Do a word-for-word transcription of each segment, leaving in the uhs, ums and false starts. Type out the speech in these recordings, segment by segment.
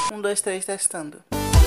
Um, dois, três, testando.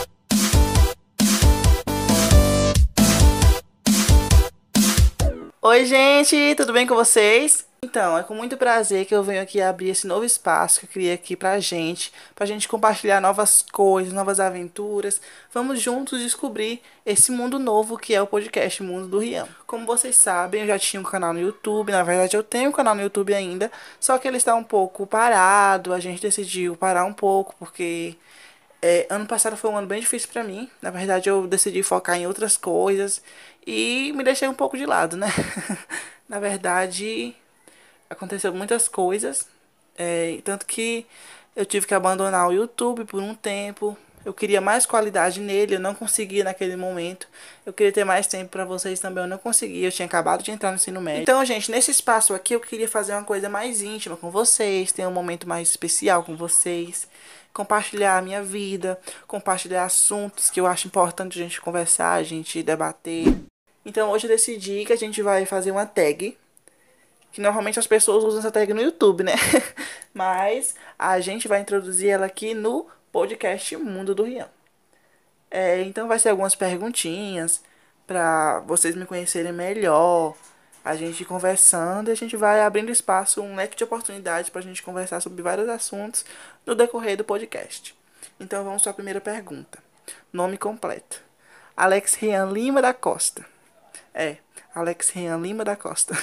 Oi, gente, tudo bem com vocês? Então, é com muito prazer que eu venho aqui abrir esse novo espaço que eu criei aqui pra gente, pra gente compartilhar novas coisas, novas aventuras. Vamos juntos descobrir esse mundo novo que é o podcast Mundo do Rian. Como vocês sabem, eu já tinha um canal no YouTube, na verdade eu tenho um canal no YouTube ainda, só que ele está um pouco parado, a gente decidiu parar um pouco porque é, ano passado foi um ano bem difícil pra mim. Na verdade, eu decidi focar em outras coisas e me deixei um pouco de lado, né? Na verdade, aconteceu muitas coisas, é, tanto que eu tive que abandonar o YouTube por um tempo. Eu queria mais qualidade nele, eu não conseguia naquele momento. Eu queria ter mais tempo pra vocês também, eu não conseguia. Eu tinha acabado de entrar no ensino médio. Então, gente, nesse espaço aqui eu queria fazer uma coisa mais íntima com vocês, ter um momento mais especial com vocês, compartilhar a minha vida, compartilhar assuntos que eu acho importante a gente conversar, a gente debater. Então, hoje eu decidi que a gente vai fazer uma tag, que normalmente as pessoas usam essa tag no YouTube, né? Mas a gente vai introduzir ela aqui no podcast Mundo do Rian. É, então vai ser algumas perguntinhas para vocês me conhecerem melhor, a gente conversando, e a gente vai abrindo espaço, um leque de oportunidades para a gente conversar sobre vários assuntos no decorrer do podcast. Então vamos para a primeira pergunta. Nome completo: Alex Rian Lima da Costa. É, Alex Rian Lima da Costa.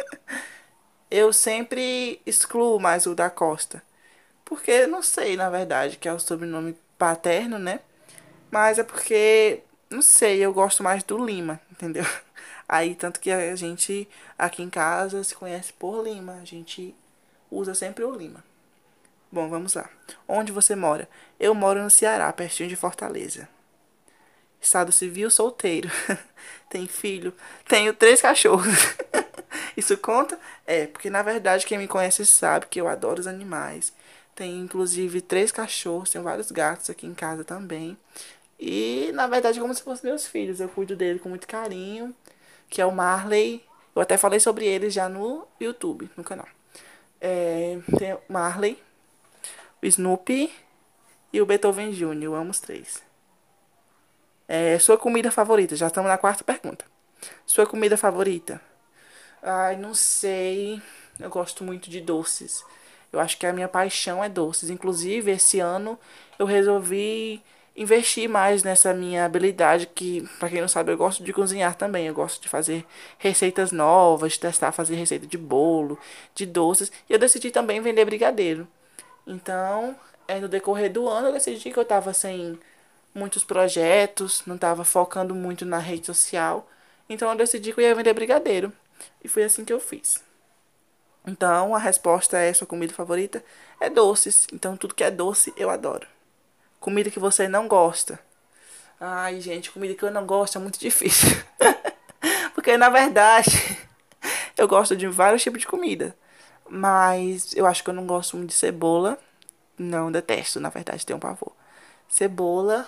Eu sempre excluo mais o da Costa, porque não sei, na verdade, que é o sobrenome paterno, né? Mas é porque, não sei, eu gosto mais do Lima, entendeu? Aí, tanto que a gente aqui em casa se conhece por Lima. A gente usa sempre o Lima. Bom, vamos lá. Onde você mora? Eu moro no Ceará, pertinho de Fortaleza. Estado civil, solteiro. Tem filho? Tenho três cachorros. Isso conta? É, porque na verdade quem me conhece sabe que eu adoro os animais. Tenho inclusive três cachorros, tenho vários gatos aqui em casa também. E na verdade como se fossem meus filhos, eu cuido dele com muito carinho, que é o Marley. Eu até falei sobre ele já no YouTube, no canal. É, tem o Marley, o Snoopy e o Beethoven Júnior Eu amo os três. É, sua comida favorita? Já estamos na quarta pergunta. Sua comida favorita? Ai, não sei. Eu gosto muito de doces. Eu acho que a minha paixão é doces. Inclusive, esse ano eu resolvi investir mais nessa minha habilidade que, pra quem não sabe, eu gosto de cozinhar também. Eu gosto de fazer receitas novas, de testar fazer receita de bolo, de doces. E eu decidi também vender brigadeiro. Então, é, no decorrer do ano eu decidi que eu tava sem muitos projetos, não tava focando muito na rede social. Então eu decidi que eu ia vender brigadeiro. E foi assim que eu fiz. Então, a resposta é: sua comida favorita é doces. Então, tudo que é doce, eu adoro. Comida que você não gosta? Ai, gente, comida que eu não gosto é muito difícil. Porque, na verdade, eu gosto de vários tipos de comida. Mas eu acho que eu não gosto muito de cebola. Não, detesto, na verdade, tenho um pavor. Cebola.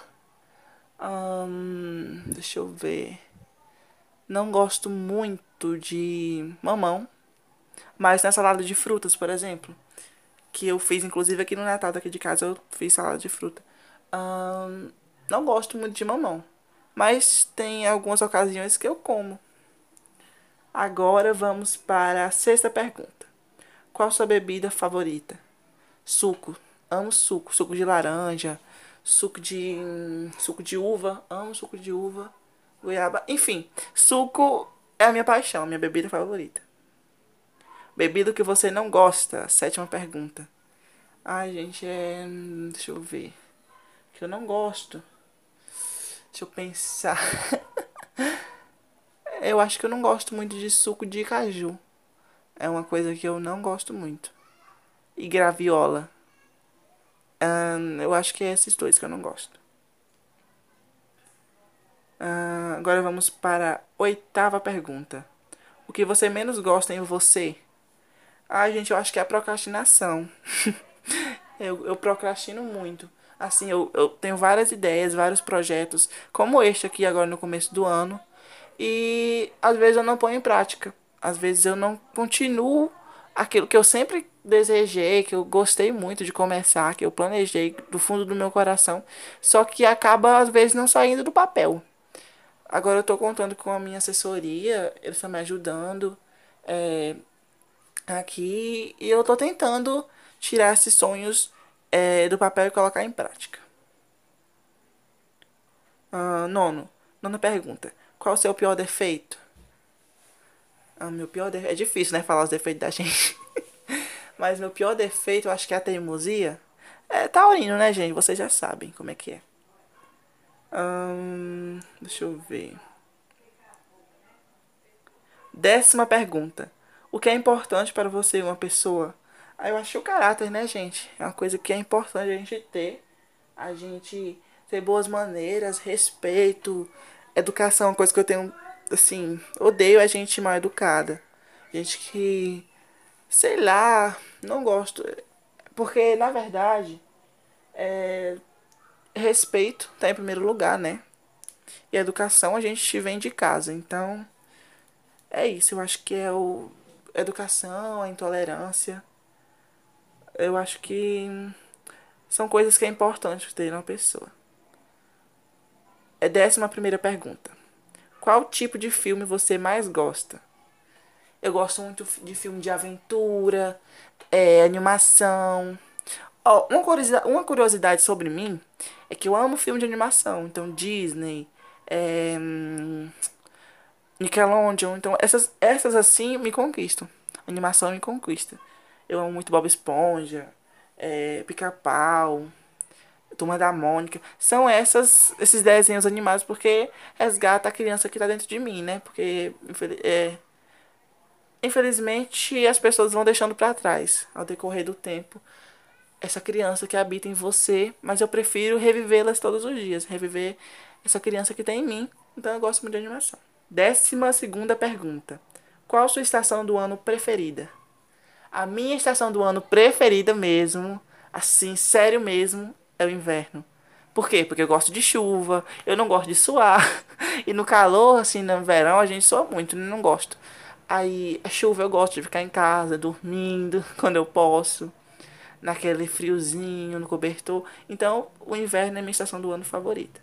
Hum, deixa eu ver. Não gosto muito de mamão. Mas na salada de frutas, por exemplo, que eu fiz, inclusive aqui no Natal daqui de casa, eu fiz salada de fruta. Ahn, não gosto muito de mamão, mas tem algumas ocasiões que eu como. Agora vamos para a sexta pergunta. Qual sua bebida favorita? Suco. Amo suco. Suco de laranja, suco de hum, suco de uva. Amo suco de uva, goiaba. Enfim, suco é a minha paixão, a minha bebida favorita. Bebida que você não gosta? Sétima pergunta. Ai, gente, é. hum, Deixa eu ver. Que eu não gosto. Deixa eu pensar. Eu acho que eu não gosto muito de suco de caju. É uma coisa que eu não gosto muito. E graviola. Ahn, eu acho que é esses dois que eu não gosto. Ahn, agora vamos para a oitava pergunta. O que você menos gosta em você? Ai, gente, eu acho que é a procrastinação. Eu, eu procrastino muito. Assim, eu, eu tenho várias ideias, vários projetos, como este aqui agora no começo do ano. E às vezes eu não ponho em prática. Às vezes eu não continuo aquilo que eu sempre desejei, que eu gostei muito de começar, que eu planejei do fundo do meu coração, só que acaba às vezes não saindo do papel. Agora eu tô contando com a minha assessoria, eles estão me ajudando é, aqui e eu tô tentando tirar esses sonhos é, do papel e colocar em prática. Ah, nono, nona pergunta. Qual o seu pior defeito? Ah, meu pior defeito. É difícil, né? Falar os defeitos da gente. Mas meu pior defeito, eu acho que é a teimosia. É taurino, né, gente? Vocês já sabem como é que é. Hum, deixa eu ver. Décima pergunta. O que é importante para você, uma pessoa? Ah, eu acho que o caráter, né, gente? É uma coisa que é importante a gente ter. A gente ter boas maneiras, respeito, educação, é uma coisa que eu tenho, assim, odeio a gente mal educada. Gente que, sei lá, não gosto. Porque, na verdade, é, respeito tá em primeiro lugar, né? E a educação a gente vem de casa. Então, é isso. Eu acho que é o educação, a intolerância. Eu acho que são coisas que é importante ter numa pessoa. É décima primeira pergunta. Qual tipo de filme você mais gosta? Eu gosto muito de filme de aventura, é, animação. Ó, uma curiosidade, uma curiosidade sobre mim é que eu amo filme de animação. Então, Disney, é, hum, Nickelodeon. Então, essas, essas assim me conquistam. Animação me conquista. Eu amo muito Bob Esponja, é, Pica-Pau, Turma da Mônica. São essas, esses desenhos animados porque resgata a criança que tá dentro de mim, né? Porque, é, infelizmente, as pessoas vão deixando para trás ao decorrer do tempo essa criança que habita em você, mas eu prefiro revivê-las todos os dias, reviver essa criança que tem em mim. Então eu gosto muito de animação. Décima segunda pergunta. Qual a sua estação do ano preferida? A minha estação do ano preferida mesmo, assim, sério mesmo, é o inverno. Por quê? Porque eu gosto de chuva, eu não gosto de suar. E no calor, assim, no verão, a gente soa muito, né? Não gosto. Aí, a chuva eu gosto de ficar em casa, dormindo, quando eu posso. Naquele friozinho, no cobertor. Então, o inverno é minha estação do ano favorita.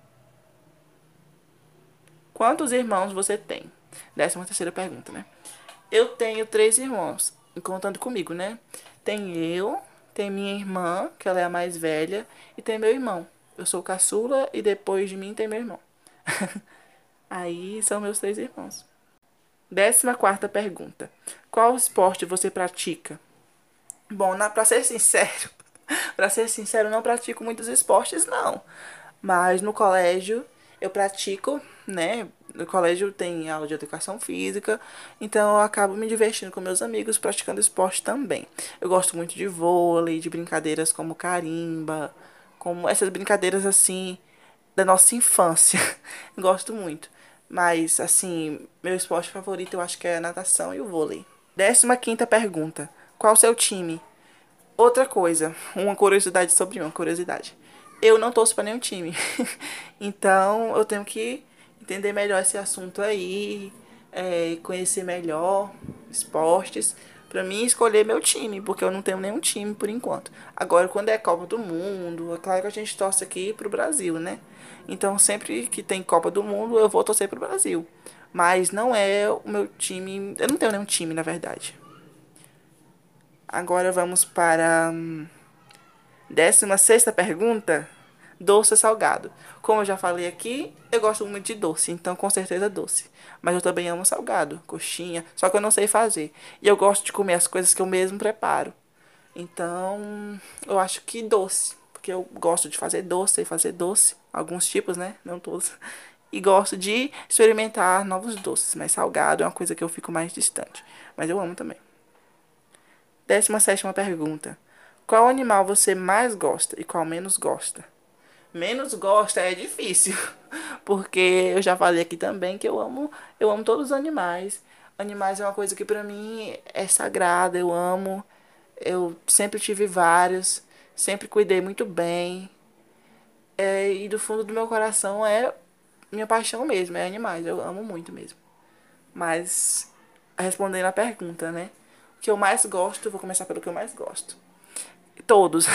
Quantos irmãos você tem? Décima terceira pergunta, né? Eu tenho três irmãos, contando comigo, né? Tem eu, tem minha irmã, que ela é a mais velha, e tem meu irmão. Eu sou caçula e depois de mim tem meu irmão. Aí são meus três irmãos. Décima quarta pergunta. Qual esporte você pratica? Bom, na, pra ser sincero, pra ser sincero, eu não pratico muitos esportes, não. Mas no colégio eu pratico, né? No colégio tem aula de educação física, então eu acabo me divertindo com meus amigos praticando esporte também. Eu gosto muito de vôlei, de brincadeiras como carimba, como essas brincadeiras assim da nossa infância. Gosto muito. Mas assim, meu esporte favorito eu acho que é a natação e o vôlei. Décima quinta pergunta. Qual o seu time? Outra coisa, uma curiosidade sobre uma curiosidade. Eu não torço para nenhum time. Então, eu tenho que entender melhor esse assunto aí, é, conhecer melhor esportes, para mim escolher meu time, porque eu não tenho nenhum time por enquanto. Agora, quando é Copa do Mundo, é claro que a gente torce aqui pro Brasil, né? Então, sempre que tem Copa do Mundo, eu vou torcer pro Brasil. Mas não é o meu time, eu não tenho nenhum time, na verdade. Agora vamos para hum, décima sexta pergunta. Doce ou salgado? Como eu já falei aqui, eu gosto muito de doce, então com certeza doce. Mas eu também amo salgado, coxinha, só que eu não sei fazer. E eu gosto de comer as coisas que eu mesmo preparo. Então, eu acho que doce, porque eu gosto de fazer doce, sei fazer doce, alguns tipos, né? Não todos. E gosto de experimentar novos doces, mas salgado é uma coisa que eu fico mais distante. Mas eu amo também. Décima sétima pergunta. Qual animal você mais gosta e qual menos gosta? Menos gosta é difícil, porque eu já falei aqui também que eu amo, eu amo todos os animais. Animais é uma coisa que pra mim é sagrada, eu amo. Eu sempre tive vários, sempre cuidei muito bem. É, e do fundo do meu coração é minha paixão mesmo, é animais, eu amo muito mesmo. Mas respondendo a pergunta, né? que eu mais gosto, vou começar pelo que eu mais gosto. Todos.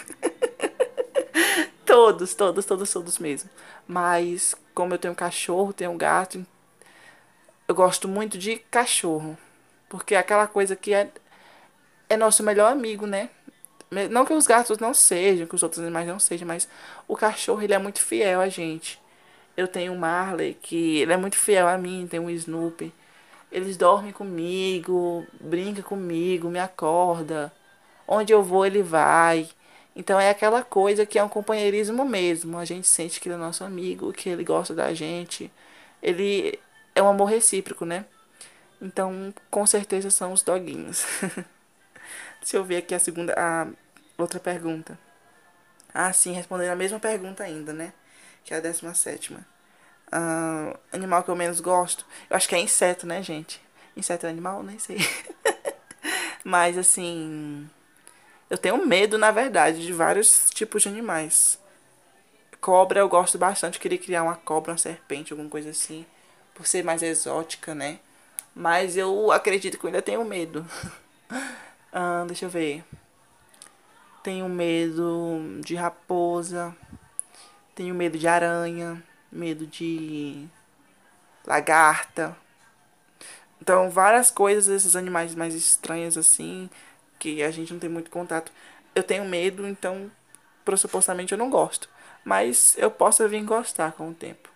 Todos, todos, todos, todos mesmo. Mas, como eu tenho cachorro, tenho gato, eu gosto muito de cachorro. Porque é aquela coisa que é, é nosso melhor amigo, né? Não que os gatos não sejam, que os outros animais não sejam, mas o cachorro, ele é muito fiel a gente. Eu tenho o Marley, que ele é muito fiel a mim, tem o Snoopy. Eles dormem comigo, brinca comigo, me acorda. Onde eu vou, ele vai. Então é aquela coisa que é um companheirismo mesmo. A gente sente que ele é nosso amigo, que ele gosta da gente. Ele é um amor recíproco, né? Então, com certeza são os doguinhos. Deixa eu ver aqui a segunda, a outra pergunta. Ah, sim, respondendo a mesma pergunta ainda, né? Que é a décima sétima. Ah, animal que eu menos gosto. Eu acho que é inseto, né, gente? Inseto é animal? Nem sei. Mas, assim, eu tenho medo, na verdade, de vários tipos de animais. Cobra eu gosto bastante. Queria criar uma cobra, uma serpente, alguma coisa assim. Por ser mais exótica, né? Mas eu acredito que eu ainda tenho medo. Ah, deixa eu ver. Tenho medo de raposa. Tenho medo de aranha. Medo de lagarta. Então, várias coisas, esses animais mais estranhos assim, que a gente não tem muito contato. Eu tenho medo, então, pressupostamente eu não gosto. Mas eu posso vir gostar com o tempo.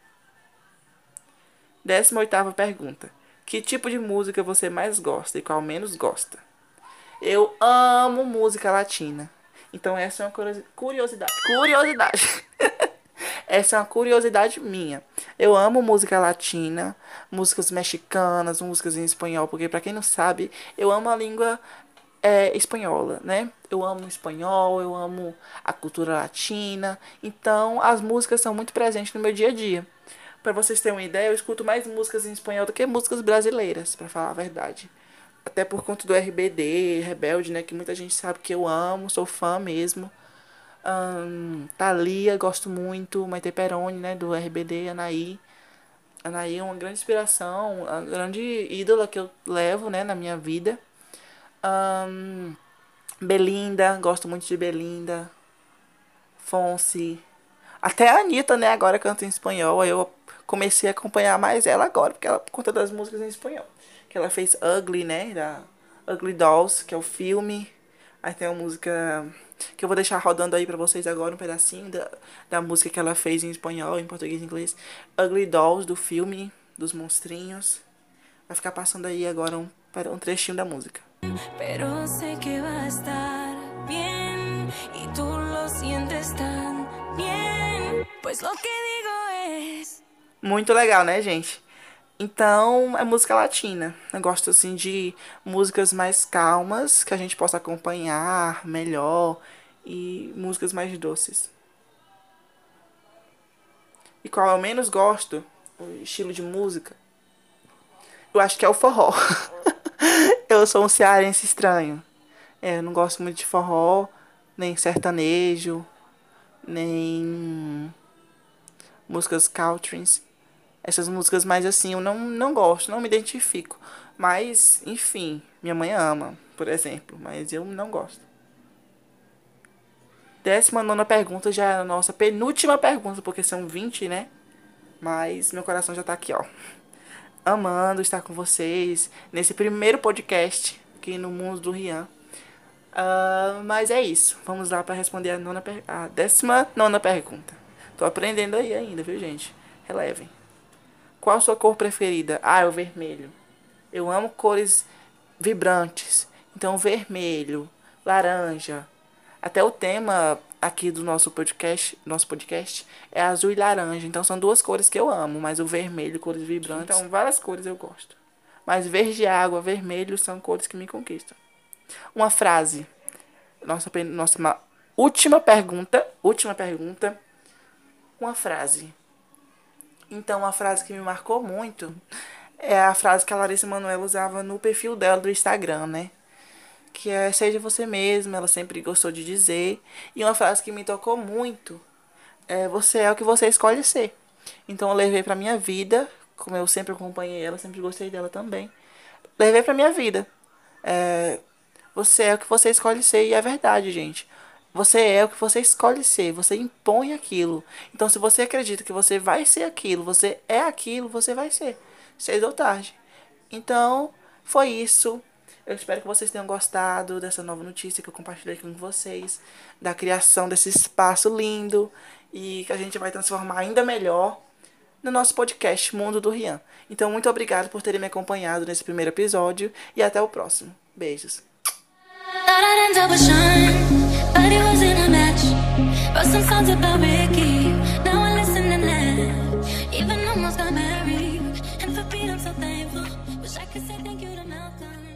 Décima oitava pergunta. Que tipo de música você mais gosta e qual menos gosta? Eu amo música latina. Então essa é uma curiosidade. Curiosidade. Essa é uma curiosidade minha. Eu amo música latina, músicas mexicanas, músicas em espanhol, porque pra quem não sabe, eu amo a língua é, espanhola, né? Eu amo o espanhol, eu amo a cultura latina. Então as músicas são muito presentes no meu dia a dia. Pra vocês terem uma ideia, eu escuto mais músicas em espanhol do que músicas brasileiras, pra falar a verdade. Até por conta do R B D, Rebelde, né? Que muita gente sabe que eu amo, sou fã mesmo. Um, Thalia, gosto muito. Maite Perrone, né? Do R B D, Anaí. Anaí é uma grande inspiração, uma grande ídola que eu levo, né? Na minha vida. Um, Belinda, gosto muito de Belinda. Fonse. Até a Anitta, né? Agora canta em espanhol. Aí eu comecei a acompanhar mais ela agora, porque ela, por conta das músicas em espanhol. Que ela fez Ugly, né? Da Ugly Dolls, que é o filme. Aí tem uma música que eu vou deixar rodando aí pra vocês agora, um pedacinho da, da música que ela fez em espanhol, em português e inglês. Ugly Dolls, do filme, dos monstrinhos. Vai ficar passando aí agora um, um trechinho da música. Pero sé que va a estar bien, y tú lo sientes tan bien, pues lo que digo es... Muito legal, né, gente? Então, é música latina. Eu gosto, assim, de músicas mais calmas, que a gente possa acompanhar melhor, e músicas mais doces. E qual eu menos gosto, o estilo de música, eu acho que é o forró. Eu sou um cearense estranho. É, eu não gosto muito de forró, nem sertanejo, nem músicas countries. Essas músicas mais assim, eu não, não gosto, não me identifico. Mas, enfim, minha mãe ama, por exemplo, mas eu não gosto. Décima nona pergunta já é a nossa penúltima pergunta, porque são vinte, né? Mas meu coração já tá aqui, ó. Amando estar com vocês nesse primeiro podcast aqui no Mundo do Rian. Uh, mas é isso. Vamos lá para responder a, nona per... a décima nona pergunta. Tô aprendendo aí ainda, viu, gente? Relevem. Qual a sua cor preferida? Ah, é o vermelho. Eu amo cores vibrantes. Então, vermelho, laranja. Até o tema aqui do nosso podcast, nosso podcast é azul e laranja. Então, são duas cores que eu amo. Mas o vermelho, cores vibrantes. Então, várias cores eu gosto. Mas verde água, vermelho são cores que me conquistam. Uma frase. Nossa, nossa última pergunta. Última pergunta. Uma frase. Então, uma frase que me marcou muito é a frase que a Larissa Manoela usava no perfil dela do Instagram, né? Que é seja você mesma, ela sempre gostou de dizer. E uma frase que me tocou muito é você é o que você escolhe ser. Então, eu levei pra minha vida, como eu sempre acompanhei ela, sempre gostei dela também. Levei pra minha vida. É, você é o que você escolhe ser, e é verdade, gente. Você é o que você escolhe ser, você impõe aquilo. Então, se você acredita que você vai ser aquilo, você é aquilo, você vai ser, cedo ou tarde. Então, foi isso. Eu espero que vocês tenham gostado dessa nova notícia que eu compartilhei aqui com vocês, da criação desse espaço lindo e que a gente vai transformar ainda melhor no nosso podcast Mundo do Rian. Então, muito obrigado por terem me acompanhado nesse primeiro episódio e até o próximo. Beijos. Thought I'd end up with Sean, but it wasn't a match. Wrote some songs about Ricky, now I listen and laugh. Even almost got married, and for Pete I'm so thankful. Wish I could say thank you to Malcolm.